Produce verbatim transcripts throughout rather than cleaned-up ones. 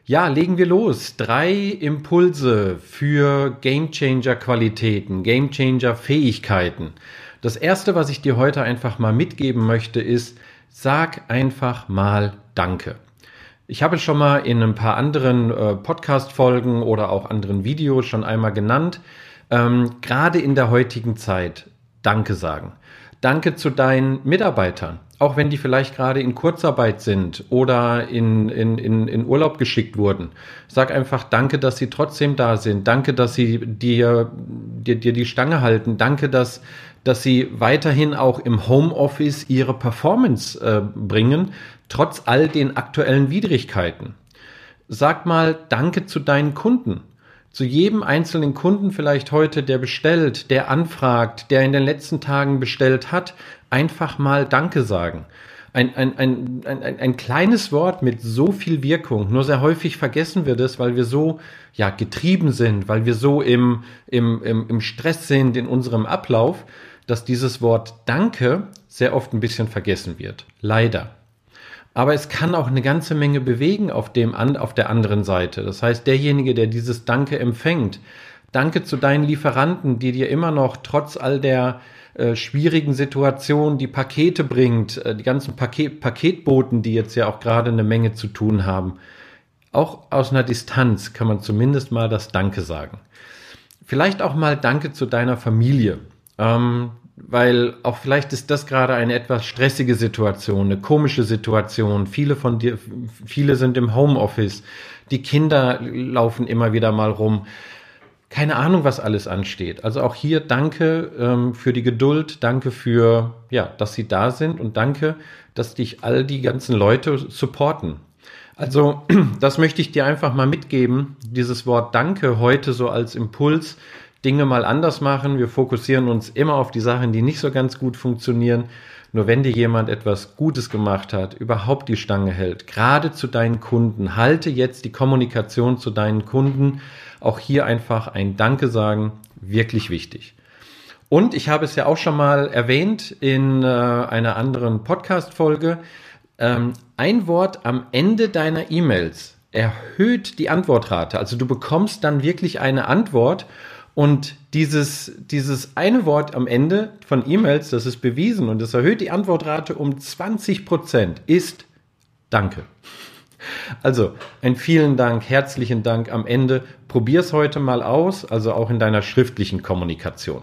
Ja, legen wir los. Drei Impulse für Gamechanger-Qualitäten, Gamechanger-Fähigkeiten. Das erste, was ich dir heute einfach mal mitgeben möchte, ist, sag einfach mal Danke. Ich habe es schon mal in ein paar anderen äh, Podcast-Folgen oder auch anderen Videos schon einmal genannt. Ähm, gerade in der heutigen Zeit Danke sagen. Danke zu deinen Mitarbeitern, auch wenn die vielleicht gerade in Kurzarbeit sind oder in, in, in, in Urlaub geschickt wurden. Sag einfach Danke, dass sie trotzdem da sind. Danke, dass sie dir, dir, dir die Stange halten. Danke, dass, dass sie weiterhin auch im Homeoffice ihre Performance äh, bringen, trotz all den aktuellen Widrigkeiten. Sag mal Danke zu deinen Kunden. Zu jedem einzelnen Kunden vielleicht heute, der bestellt, der anfragt, der in den letzten Tagen bestellt hat, einfach mal Danke sagen. Ein, ein, ein, ein, ein kleines Wort mit so viel Wirkung. Nur sehr häufig vergessen wir das, weil wir so ja, getrieben sind, weil wir so im, im, im, im Stress sind in unserem Ablauf, dass dieses Wort Danke sehr oft ein bisschen vergessen wird. Leider. Aber es kann auch eine ganze Menge bewegen auf dem, auf der anderen Seite. Das heißt, derjenige, der dieses Danke empfängt, Danke zu deinen Lieferanten, die dir immer noch trotz all der äh, schwierigen Situation die Pakete bringt, äh, die ganzen Paket, Paketboten, die jetzt ja auch gerade eine Menge zu tun haben. Auch aus einer Distanz kann man zumindest mal das Danke sagen. Vielleicht auch mal Danke zu deiner Familie. Ähm, Weil auch vielleicht ist das gerade eine etwas stressige Situation, eine komische Situation. Viele von dir, viele sind im Homeoffice. Die Kinder laufen immer wieder mal rum. Keine Ahnung, was alles ansteht. Also auch hier danke ähm, für die Geduld. Danke für, ja, dass sie da sind und danke, dass dich all die ganzen Leute supporten. Also das möchte ich dir einfach mal mitgeben. Dieses Wort Danke heute so als Impuls. Dinge mal anders machen. Wir fokussieren uns immer auf die Sachen, die nicht so ganz gut funktionieren. Nur wenn dir jemand etwas Gutes gemacht hat, überhaupt die Stange hält, gerade zu deinen Kunden, halte jetzt die Kommunikation zu deinen Kunden. Auch hier einfach ein Danke sagen, wirklich wichtig. Und ich habe es ja auch schon mal erwähnt in äh, einer anderen Podcast-Folge. Ähm, ein Wort am Ende deiner E-Mails erhöht die Antwortrate. Also du bekommst dann wirklich eine Antwort. Und dieses, dieses eine Wort am Ende von E-Mails, das ist bewiesen und das erhöht die Antwortrate um zwanzig Prozent, ist Danke. Also ein vielen Dank, herzlichen Dank am Ende. Probier's heute mal aus, also auch in deiner schriftlichen Kommunikation.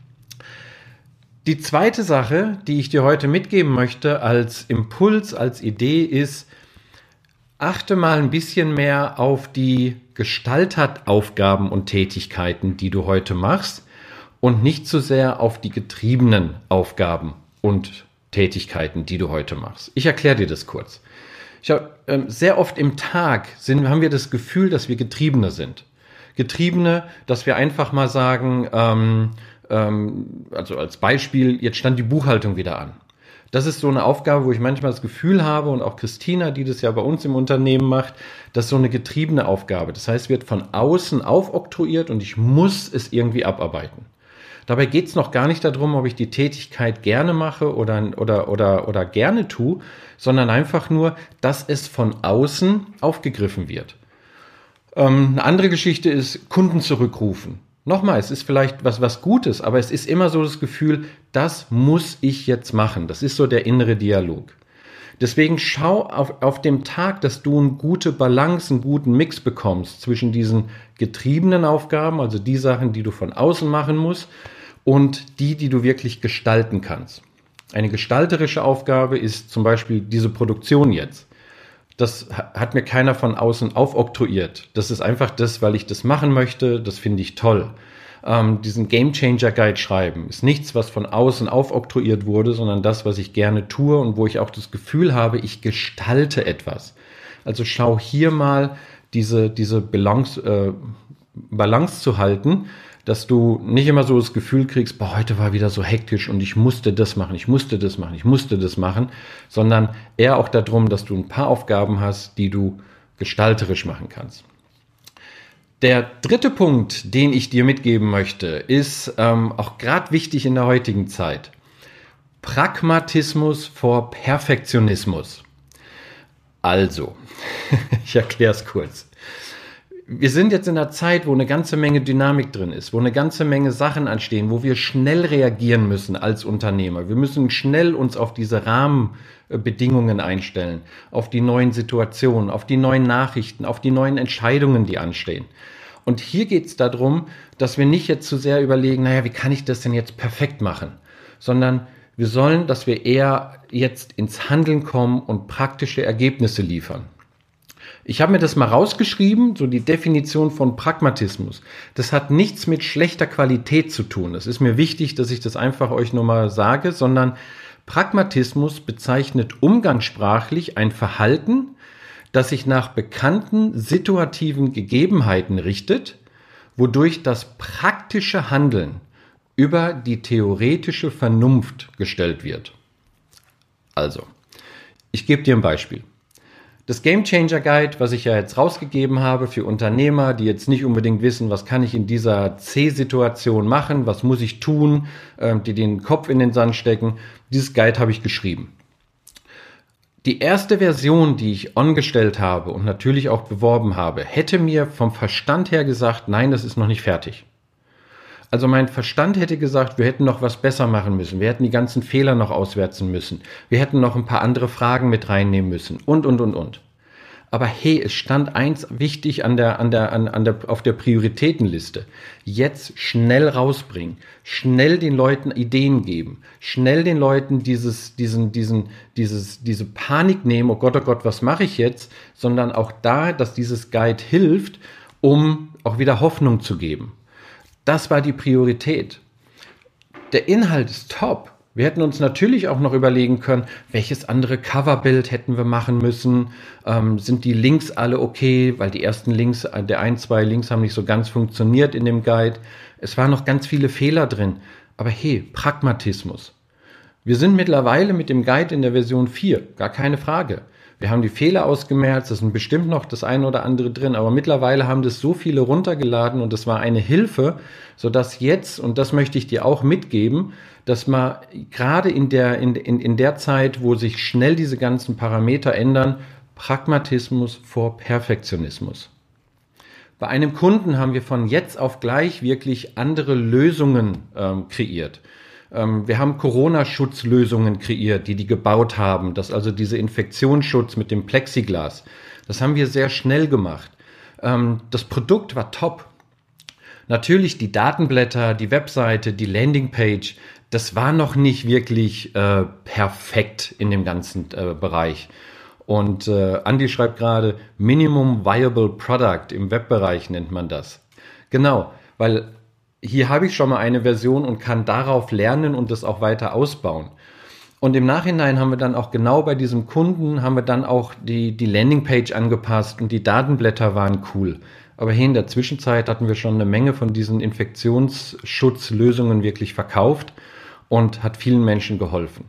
Die zweite Sache, die ich dir heute mitgeben möchte als Impuls, als Idee ist, achte mal ein bisschen mehr auf die Gestalteraufgaben und Tätigkeiten, die du heute machst und nicht so sehr auf die getriebenen Aufgaben und Tätigkeiten, die du heute machst. Ich erkläre dir das kurz. Ich hab, äh, sehr oft im Tag sind, haben wir das Gefühl, dass wir Getriebene sind. Getriebene, dass wir einfach mal sagen, ähm, ähm, also als Beispiel, jetzt stand die Buchhaltung wieder an. Das ist so eine Aufgabe, wo ich manchmal das Gefühl habe und auch Christina, die das ja bei uns im Unternehmen macht, das ist so eine getriebene Aufgabe. Das heißt, wird von außen aufoktroyiert und ich muss es irgendwie abarbeiten. Dabei geht es noch gar nicht darum, ob ich die Tätigkeit gerne mache oder, oder, oder, oder gerne tue, sondern einfach nur, dass es von außen aufgegriffen wird. Ähm, eine andere Geschichte ist, Kunden zurückrufen. Nochmal, es ist vielleicht was, was Gutes, aber es ist immer so das Gefühl, das muss ich jetzt machen. Das ist so der innere Dialog. Deswegen schau auf, auf dem Tag, dass du eine gute Balance, einen guten Mix bekommst zwischen diesen getriebenen Aufgaben, also die Sachen, die du von außen machen musst, und die, die du wirklich gestalten kannst. Eine gestalterische Aufgabe ist zum Beispiel diese Produktion jetzt. Das hat mir keiner von außen aufoktroyiert. Das ist einfach das, weil ich das machen möchte. Das finde ich toll. Ähm, diesen Game Changer Guide schreiben ist nichts, was von außen aufoktroyiert wurde, sondern das, was ich gerne tue und wo ich auch das Gefühl habe, ich gestalte etwas. Also schau hier mal diese, diese Balance, äh, Balance zu halten, dass du nicht immer so das Gefühl kriegst, boah, heute war wieder so hektisch und ich musste das machen, ich musste das machen, ich musste das machen, sondern eher auch darum, dass du ein paar Aufgaben hast, die du gestalterisch machen kannst. Der dritte Punkt, den ich dir mitgeben möchte, ist ähm, auch gerade wichtig in der heutigen Zeit. Pragmatismus vor Perfektionismus. Also, ich erkläre es kurz. Wir sind jetzt in einer Zeit, wo eine ganze Menge Dynamik drin ist, wo eine ganze Menge Sachen anstehen, wo wir schnell reagieren müssen als Unternehmer. Wir müssen schnell uns auf diese Rahmenbedingungen einstellen, auf die neuen Situationen, auf die neuen Nachrichten, auf die neuen Entscheidungen, die anstehen. Und hier geht es darum, dass wir nicht jetzt zu sehr überlegen, naja, wie kann ich das denn jetzt perfekt machen, sondern wir sollen, dass wir eher jetzt ins Handeln kommen und praktische Ergebnisse liefern. Ich habe mir das mal rausgeschrieben, so die Definition von Pragmatismus. Das hat nichts mit schlechter Qualität zu tun. Das ist mir wichtig, dass ich das einfach euch nur mal sage, sondern Pragmatismus bezeichnet umgangssprachlich ein Verhalten, das sich nach bekannten situativen Gegebenheiten richtet, wodurch das praktische Handeln über die theoretische Vernunft gestellt wird. Also, ich gebe dir ein Beispiel. Das Game Changer Guide, was ich ja jetzt rausgegeben habe für Unternehmer, die jetzt nicht unbedingt wissen, was kann ich in dieser C-Situation machen, was muss ich tun, die den Kopf in den Sand stecken, dieses Guide habe ich geschrieben. Die erste Version, die ich on gestellt habe und natürlich auch beworben habe, hätte mir vom Verstand her gesagt, nein, das ist noch nicht fertig. Also mein Verstand hätte gesagt, wir hätten noch was besser machen müssen. Wir hätten die ganzen Fehler noch auswerten müssen. Wir hätten noch ein paar andere Fragen mit reinnehmen müssen und, und, und, und. Aber hey, es stand eins wichtig an der, an der, an, an der, auf der Prioritätenliste. Jetzt schnell rausbringen, schnell den Leuten Ideen geben, schnell den Leuten dieses, diesen, diesen, dieses, diese Panik nehmen, oh Gott, oh Gott, was mache ich jetzt? Sondern auch da, dass dieses Guide hilft, um auch wieder Hoffnung zu geben. Das war die Priorität. Der Inhalt ist top. Wir hätten uns natürlich auch noch überlegen können, welches andere Coverbild hätten wir machen müssen. Ähm, sind die Links alle okay? Weil die ersten Links, der ein, zwei Links haben nicht so ganz funktioniert in dem Guide. Es waren noch ganz viele Fehler drin. Aber hey, Pragmatismus. Wir sind mittlerweile mit dem Guide in der Version vier, gar keine Frage. Wir haben die Fehler ausgemerzt, es sind bestimmt noch das eine oder andere drin, aber mittlerweile haben das so viele runtergeladen und es war eine Hilfe, sodass jetzt, und das möchte ich dir auch mitgeben, dass man gerade in der, in, in, in der Zeit, wo sich schnell diese ganzen Parameter ändern, Pragmatismus vor Perfektionismus. Bei einem Kunden haben wir von jetzt auf gleich wirklich andere Lösungen ähm, kreiert. Wir haben Corona-Schutzlösungen kreiert, die die gebaut haben. Das also diese Infektionsschutz mit dem Plexiglas. Das haben wir sehr schnell gemacht. Das Produkt war top. Natürlich die Datenblätter, die Webseite, die Landingpage, das war noch nicht wirklich äh, perfekt in dem ganzen äh, Bereich. Und äh, Andi schreibt gerade, Minimum Viable Product im Webbereich nennt man das. Genau, weil hier habe ich schon mal eine Version und kann darauf lernen und das auch weiter ausbauen. Und im Nachhinein haben wir dann auch genau bei diesem Kunden, haben wir dann auch die, die Landingpage angepasst und die Datenblätter waren cool. Aber hier in der Zwischenzeit hatten wir schon eine Menge von diesen Infektionsschutzlösungen wirklich verkauft und hat vielen Menschen geholfen.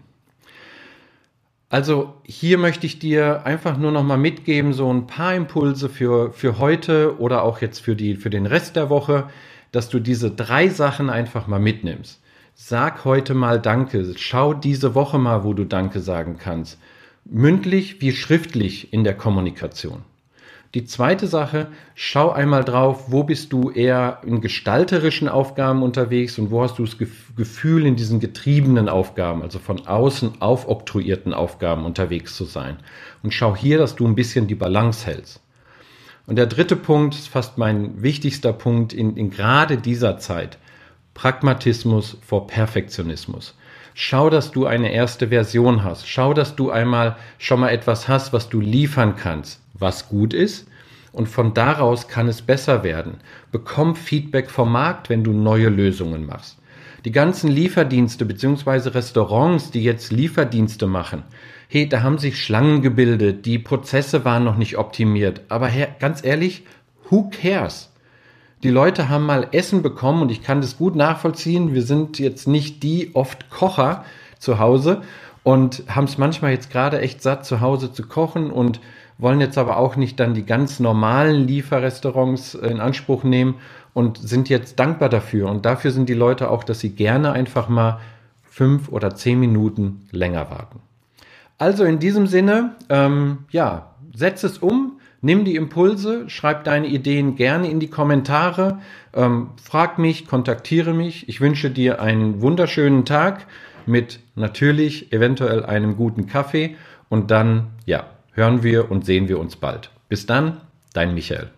Also hier möchte ich dir einfach nur noch mal mitgeben, so ein paar Impulse für, für heute oder auch jetzt für, die, für den Rest der Woche, dass du diese drei Sachen einfach mal mitnimmst. Sag heute mal Danke. Schau diese Woche mal, wo du Danke sagen kannst. Mündlich wie schriftlich in der Kommunikation. Die zweite Sache, schau einmal drauf, wo bist du eher in gestalterischen Aufgaben unterwegs und wo hast du das Gefühl, in diesen getriebenen Aufgaben, also von außen aufoktroyierten Aufgaben unterwegs zu sein. Und schau hier, dass du ein bisschen die Balance hältst. Und der dritte Punkt ist fast mein wichtigster Punkt in, in gerade dieser Zeit. Pragmatismus vor Perfektionismus. Schau, dass du eine erste Version hast. Schau, dass du einmal schon mal etwas hast, was du liefern kannst, was gut ist. Und von daraus kann es besser werden. Bekomm Feedback vom Markt, wenn du neue Lösungen machst. Die ganzen Lieferdienste bzw. Restaurants, die jetzt Lieferdienste machen, hey, da haben sich Schlangen gebildet, die Prozesse waren noch nicht optimiert. Aber her, ganz ehrlich, who cares? Die Leute haben mal Essen bekommen und ich kann das gut nachvollziehen. Wir sind jetzt nicht die oft Kocher zu Hause und haben es manchmal jetzt gerade echt satt, zu Hause zu kochen und wollen jetzt aber auch nicht dann die ganz normalen Lieferrestaurants in Anspruch nehmen und sind jetzt dankbar dafür. Und dafür sind die Leute auch, dass sie gerne einfach mal fünf oder zehn Minuten länger warten. Also in diesem Sinne, ähm, ja, setz es um, nimm die Impulse, schreib deine Ideen gerne in die Kommentare, ähm, frag mich, kontaktiere mich. Ich wünsche dir einen wunderschönen Tag mit natürlich eventuell einem guten Kaffee und dann, ja, hören wir und sehen wir uns bald. Bis dann, dein Michael.